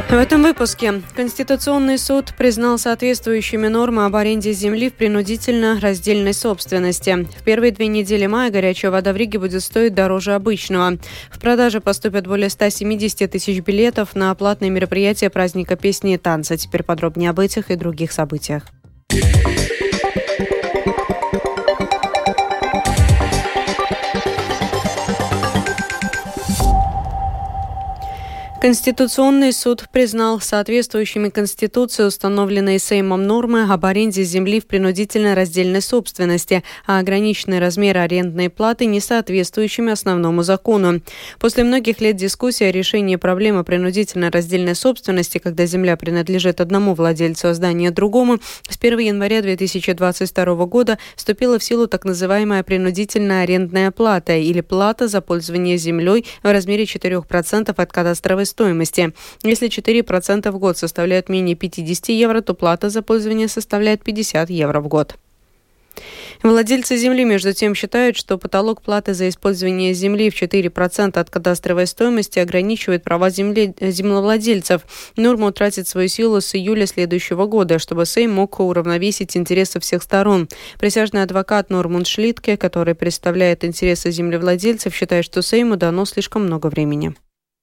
В этом выпуске Конституционный суд признал соответствующими нормы об аренде земли в принудительно-раздельной собственности. В первые 2 недели мая горячая вода в Риге будет стоить дороже обычного. В продаже поступят более 170 тысяч билетов на платные мероприятия праздника песни и танца. Теперь подробнее об этих и других событиях. Конституционный суд признал соответствующими Конституции установленные Сеймом нормы об аренде земли в принудительно-раздельной собственности, а ограниченные размеры арендной платы несоответствующими основному закону. После многих лет дискуссии о решении проблемы принудительно-раздельной собственности, когда земля принадлежит одному владельцу, а здание другому, с 1 января 2022 года вступила в силу так называемая принудительная арендная плата или плата за пользование землей в размере 4% от кадастровой стоимости. Если 4% в год составляют менее 50 евро, то плата за пользование составляет 50 евро в год. Владельцы земли, между тем, считают, что потолок платы за использование земли в 4% от кадастровой стоимости ограничивает права землевладельцев. Норма утратит свою силу с июля следующего года, чтобы Сейм мог уравновесить интересы всех сторон. Присяжный адвокат Нормунд Шлитке, который представляет интересы землевладельцев, считает, что Сейму дано слишком много времени.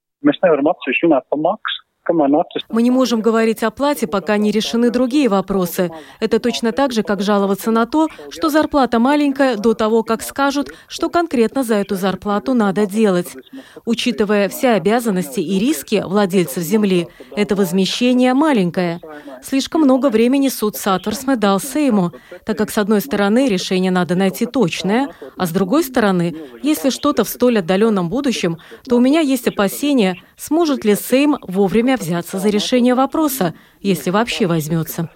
Мы не можем говорить о плате, пока не решены другие вопросы. Это точно так же, как жаловаться на то, что зарплата маленькая до того, как скажут, что конкретно за эту зарплату надо делать. Учитывая все обязанности и риски владельцев земли, это возмещение маленькое. Слишком много времени суд Сатворсме дал Сейму, так как, с одной стороны, решение надо найти точное, а с другой стороны, если что-то в столь отдаленном будущем, то у меня есть опасения, сможет ли Сейм вовремя взяться за решение вопроса, если вообще возьмется.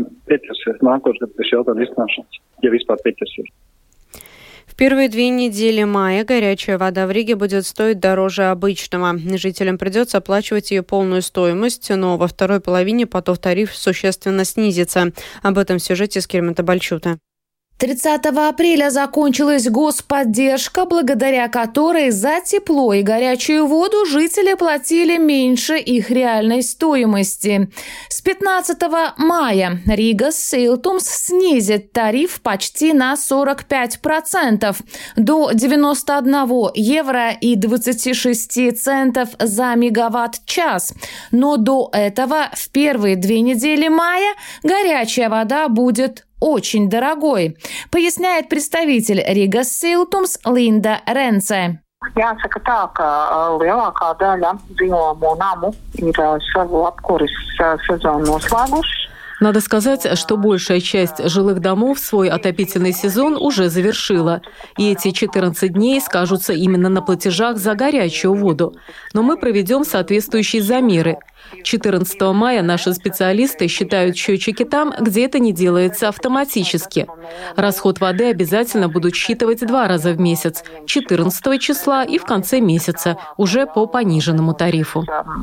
В первые 2 недели мая горячая вода в Риге будет стоить дороже обычного. Жителям придется оплачивать ее полную стоимость, но во второй половине потом тариф существенно снизится. Об этом в сюжете Скирмета Бальчута. 30 апреля закончилась господдержка, благодаря которой за тепло и горячую воду жители платили меньше их реальной стоимости. С 15 мая Рига Силтумс снизит тариф почти на 45% до 91 евро и 26 центов за мегаватт-час. Но до этого в первые 2 недели мая горячая вода будет очень дорогой, поясняет представитель Рига Силтумс Линда Ренце. Jāsaka tā, ka lielākā daļa dzīvojamo namu ir savu apkuras sezonu noslēguši. Надо сказать, что большая часть жилых домов свой отопительный сезон уже завершила. И эти 14 дней скажутся именно на платежах за горячую воду. Но мы проведем соответствующие замеры. 14 мая наши специалисты считают счетчики там, где это не делается автоматически. Расход воды обязательно будут считывать 2 раза в месяц, 14 числа и в конце месяца, уже по пониженному тарифу.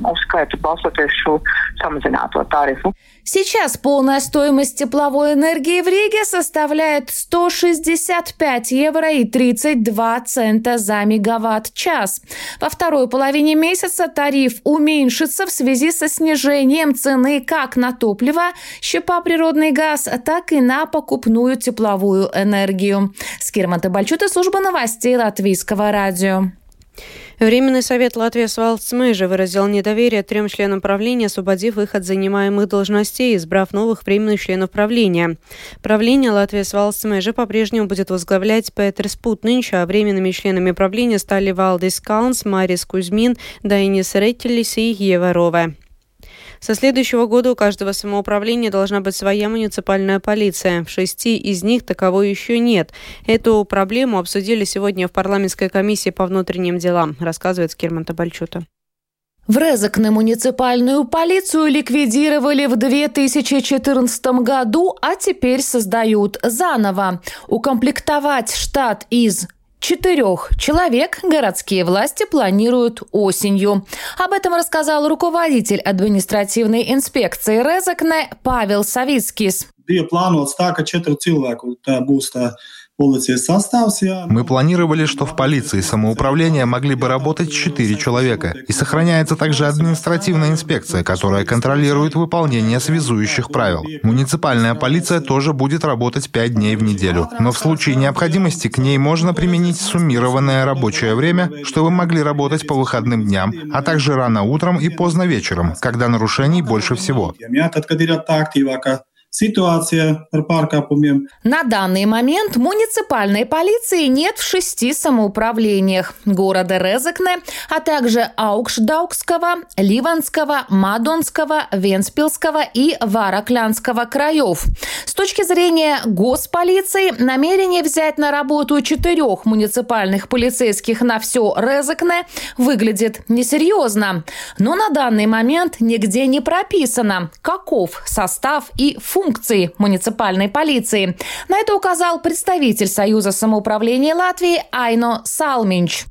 Сейчас полная стоимость тепловой энергии в Риге составляет 165 евро и 32 цента за мегаватт-час. Во второй половине месяца тариф уменьшится в связи со снижением цены как на топливо, щепа природный газ, так и на покупную тепловую энергию. Скирмета Бальчута, служба новостей Латвийского радио. Временный совет Латвijas Valsts Meža выразил недоверие 3 членам правления, освободив их от занимаемых должностей, избрав новых временных членов правления. Правление Латвijas Valsts Meža по-прежнему будет возглавлять Петерс Путнинч, а временными членами правления стали Валдис Калнс, Марис Кузьмин, Дайнис Ретелис и Ева Рове. Со следующего года у каждого самоуправления должна быть своя муниципальная полиция. В 6 из них таковой еще нет. Эту проблему обсудили сегодня в парламентской комиссии по внутренним делам, рассказывает Скирмета Бальчута. В Резекне муниципальную полицию ликвидировали в 2014 году, а теперь создают заново. Укомплектовать штат из 4 человек городские власти планируют осенью. Об этом рассказал руководитель административной инспекции Резекне Павел Савицкис. Bija plānots tā, ka 4 cilvēku būs Мы планировали, что в полиции самоуправления могли бы работать 4 человека. И сохраняется также административная инспекция, которая контролирует выполнение связующих правил. Муниципальная полиция тоже будет работать 5 дней в неделю. Но в случае необходимости к ней можно применить суммированное рабочее время, чтобы могли работать по выходным дням, а также рано утром и поздно вечером, когда нарушений больше всего. На данный момент муниципальной полиции нет в 6 самоуправлениях города Резекне, а также Аукшдаукского, Ливанского, Мадонского, Вентспилского и Вараклянского краев. С точки зрения госполиции, намерение взять на работу 4 муниципальных полицейских на все Резекне выглядит несерьезно. Но на данный момент нигде не прописано, каков состав и функции муниципальной полиции. На это указал представитель Союза самоуправления Латвии Айно Салминч.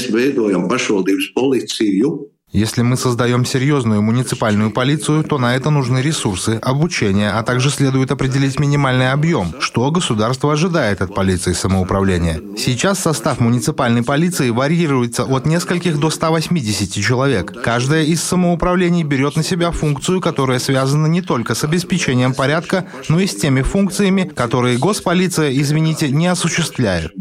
Если мы создаем серьезную муниципальную полицию, то на это нужны ресурсы, обучение, а также следует определить минимальный объем, что государство ожидает от полиции самоуправления. Сейчас состав муниципальной полиции варьируется от нескольких до 180 человек. Каждое из самоуправлений берет на себя функцию, которая связана не только с обеспечением порядка, но и с теми функциями, которые госполиция, не осуществляет.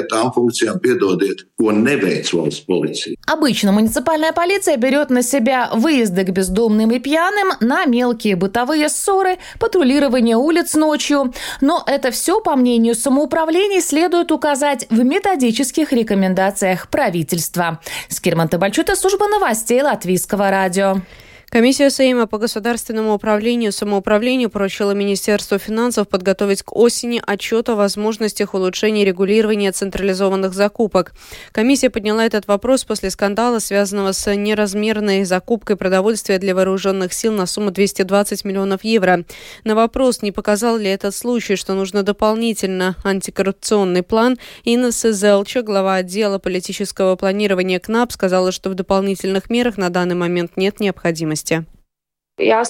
Обычно муниципальная полиция берет на себя выезды к бездомным и пьяным, на мелкие бытовые ссоры, патрулирование улиц ночью. Но это все, по мнению самоуправлений, следует указать в методических рекомендациях правительства. Скирманта Бальчута, служба новостей Латвийского радио. Комиссия Сейма по государственному управлению и самоуправлению поручила Министерству финансов подготовить к осени отчет о возможностях улучшения регулирования централизованных закупок. Комиссия подняла этот вопрос после скандала, связанного с неразмерной закупкой продовольствия для вооруженных сил на сумму 220 миллионов евро. На вопрос, не показал ли этот случай, что нужно дополнительно антикоррупционный план, Инна Зелча, глава отдела политического планирования КНАП, сказала, что в дополнительных мерах на данный момент нет необходимости. На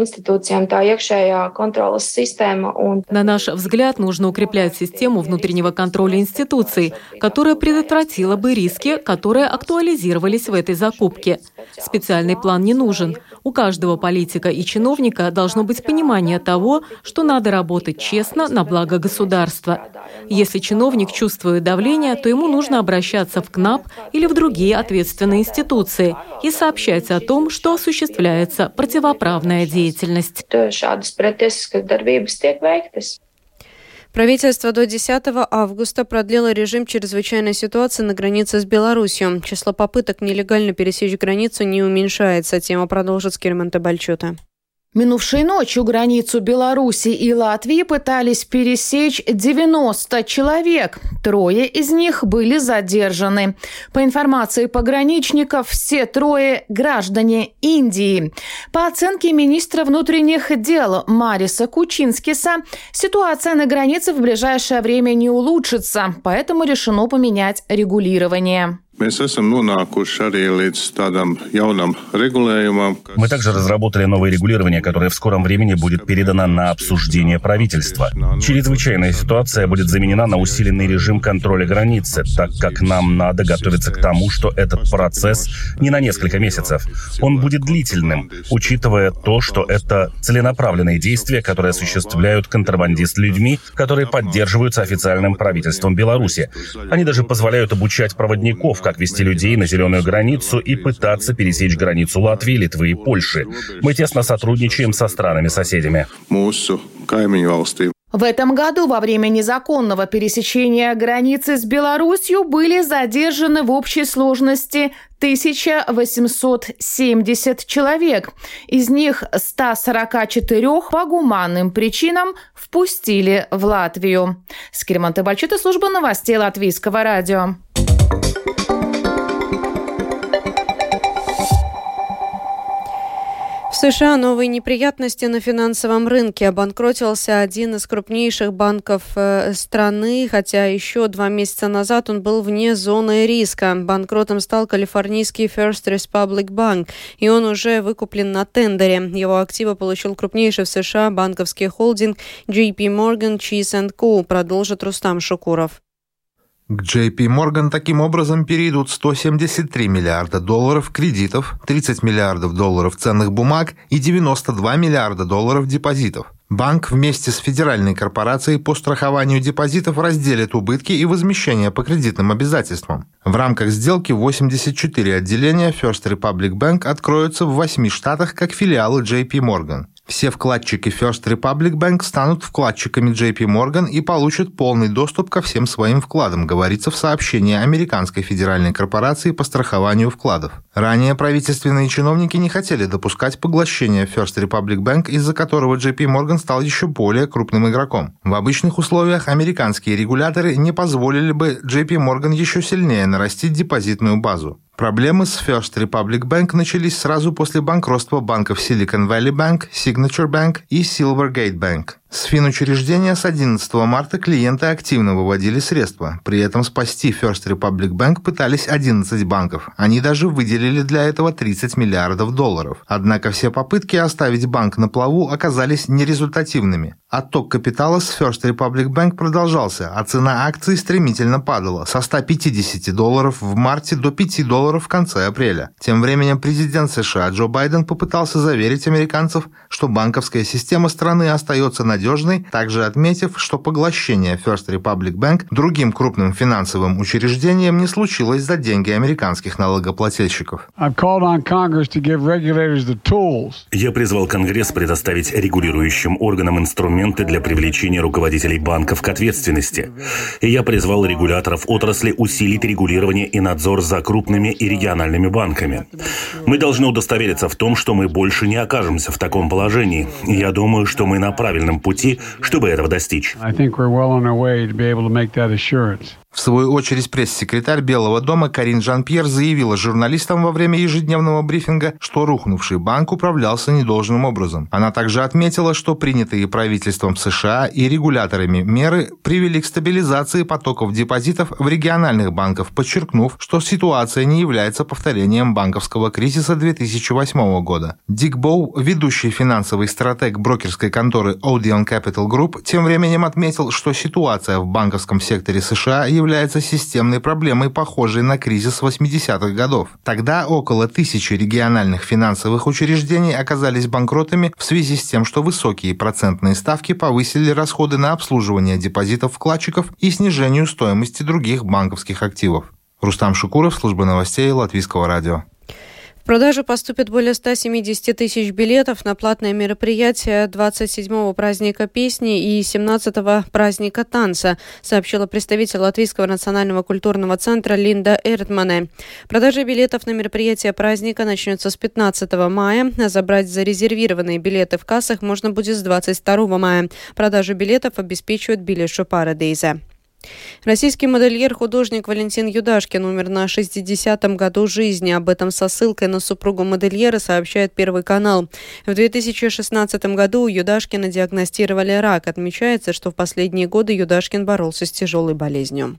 наш взгляд, нужно укреплять систему внутреннего контроля институций, которая предотвратила бы риски, которые актуализировались в этой закупке. Специальный план не нужен. У каждого политика и чиновника должно быть понимание того, что надо работать честно на благо государства. Если чиновник чувствует давление, то ему нужно обращаться в КНАП или в другие ответственные институции и сообщать о том, что осуществляется противоправная деятельность. Правительство до 10 августа продлило режим чрезвычайной ситуации на границе с Беларусью. Число попыток нелегально пересечь границу не уменьшается. Тема продолжит Скирманта Бальчута. Минувшей ночью границу Беларуси и Латвии пытались пересечь 90 человек. 3 из них были задержаны. По информации пограничников, все 3 – граждане Индии. По оценке министра внутренних дел Мариса Кучинскиса, ситуация на границе в ближайшее время не улучшится, поэтому решено поменять регулирование. Мы также разработали новое регулирование, которое в скором времени будет передано на обсуждение правительства. Чрезвычайная ситуация будет заменена на усиленный режим контроля границы, так как нам надо готовиться к тому, что этот процесс не на несколько месяцев. Он будет длительным, учитывая то, что это целенаправленные действия, которые осуществляют контрабандисты людьми, которые поддерживаются официальным правительством Беларуси. Они даже позволяют обучать проводников, как вести людей на зеленую границу и пытаться пересечь границу Латвии, Литвы и Польши. Мы тесно сотрудничаем со странами-соседями. В этом году во время незаконного пересечения границы с Беларусью были задержаны в общей сложности 1870 человек. Из них 144 по гуманным причинам впустили в Латвию. Скирманта Бальчута, служба новостей Латвийского радио. В США новые неприятности на финансовом рынке. Обанкротился один из крупнейших банков страны, хотя еще 2 месяца назад он был вне зоны риска. Банкротом стал калифорнийский First Republic Bank, и он уже выкуплен на тендере. Его активы получил крупнейший в США банковский холдинг JP Morgan Chase & Co, продолжит Рустам Шукуров. К JP Morgan таким образом перейдут 173 миллиарда долларов кредитов, 30 миллиардов долларов ценных бумаг и 92 миллиарда долларов депозитов. Банк вместе с Федеральной корпорацией по страхованию депозитов разделит убытки и возмещения по кредитным обязательствам. В рамках сделки 84 отделения First Republic Bank откроются в 8 штатах как филиалы JP Morgan. Все вкладчики First Republic Bank станут вкладчиками JP Morgan и получат полный доступ ко всем своим вкладам, говорится в сообщении Американской федеральной корпорации по страхованию вкладов. Ранее правительственные чиновники не хотели допускать поглощения First Republic Bank, из-за которого JP Morgan стал еще более крупным игроком. В обычных условиях американские регуляторы не позволили бы JP Morgan еще сильнее нарастить депозитную базу. Проблемы с First Republic Bank начались сразу после банкротства банков Silicon Valley Bank, Signature Bank и Silvergate Bank. С финучреждения с 11 марта клиенты активно выводили средства. При этом спасти First Republic Bank пытались 11 банков. Они даже выделили для этого 30 миллиардов долларов. Однако все попытки оставить банк на плаву оказались нерезультативными. Отток капитала с First Republic Bank продолжался, а цена акций стремительно падала со 150 долларов в марте до 5 долларов в конце апреля. Тем временем президент США Джо Байден попытался заверить американцев, что банковская система страны остается надежной, также отметив, что поглощение First Republic Bank другим крупным финансовым учреждением не случилось за деньги американских налогоплательщиков. Я призвал Конгресс предоставить регулирующим органам инструменты для привлечения руководителей банков к ответственности. И я призвал регуляторов отрасли усилить регулирование и надзор за крупными и региональными банками. Мы должны удостовериться в том, что мы больше не окажемся в таком положении. И я думаю, что мы на правильном пути, чтобы этого достичь. В свою очередь, пресс-секретарь Белого дома Карин Жан-Пьер заявила журналистам во время ежедневного брифинга, что рухнувший банк управлялся недолжным образом. Она также отметила, что принятые правительством США и регуляторами меры привели к стабилизации потоков депозитов в региональных банках, подчеркнув, что ситуация не является повторением банковского кризиса 2008 года. Дик Боу, ведущий финансовый стратег брокерской конторы Odeon Capital Group, тем временем отметил, что ситуация в банковском секторе США является системной проблемой, похожей на кризис 80-х годов. Тогда около 1000 региональных финансовых учреждений оказались банкротами в связи с тем, что высокие процентные ставки повысили расходы на обслуживание депозитов вкладчиков и снижению стоимости других банковских активов. Рустам Шукуров, служба новостей Латвийского радио. В продажу поступит более 170 тысяч билетов на платное мероприятие 27-го праздника песни и 17-го праздника танца, сообщила представитель Латвийского национального культурного центра Линда Эртмане. Продажа билетов на мероприятие праздника начнется с 15 мая, а забрать зарезервированные билеты в кассах можно будет с 22 мая. Продажу билетов обеспечивает Билетшо Парадейзе. Российский модельер-художник Валентин Юдашкин умер на 60-м году жизни. Об этом со ссылкой на супругу модельера сообщает Первый канал. В 2016 году у Юдашкина диагностировали рак. Отмечается, что в последние годы Юдашкин боролся с тяжелой болезнью.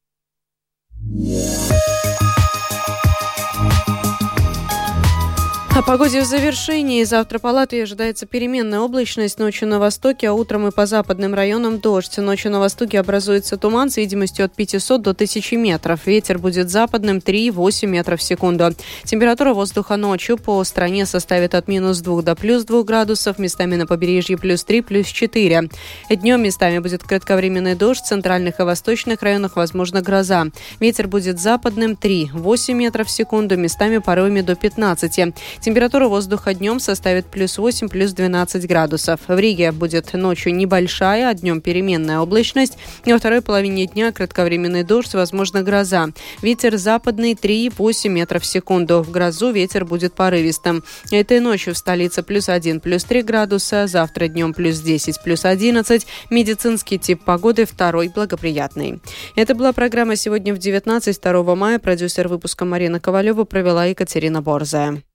О погоде в завершении. Завтра по Латвии ожидается переменная облачность. Ночью на востоке, а утром и по западным районам дождь. Ночью на востоке образуется туман с видимостью от 500 до 1000 метров. Ветер будет западным 3,8 метров в секунду. Температура воздуха ночью по стране составит от -2 до +2 градусов. Местами на побережье +3, +4. Днем местами будет кратковременный дождь. В центральных и восточных районах возможна гроза. Ветер будет западным 3,8 метров в секунду. Местами порывами до 15. Температура воздуха днем составит +8, +12 градусов. В Риге будет ночью небольшая, а днем переменная облачность. И во второй половине дня кратковременный дождь, возможно гроза. Ветер западный 3,8 метров в секунду. В грозу ветер будет порывистым. Этой ночью в столице +1, +3 градуса. Завтра днем +10, +11. Медицинский тип погоды второй благоприятный. Это была программа «Сегодня в 19», 2 мая. Продюсер выпуска Марина Ковалева, провела Екатерина Борзая.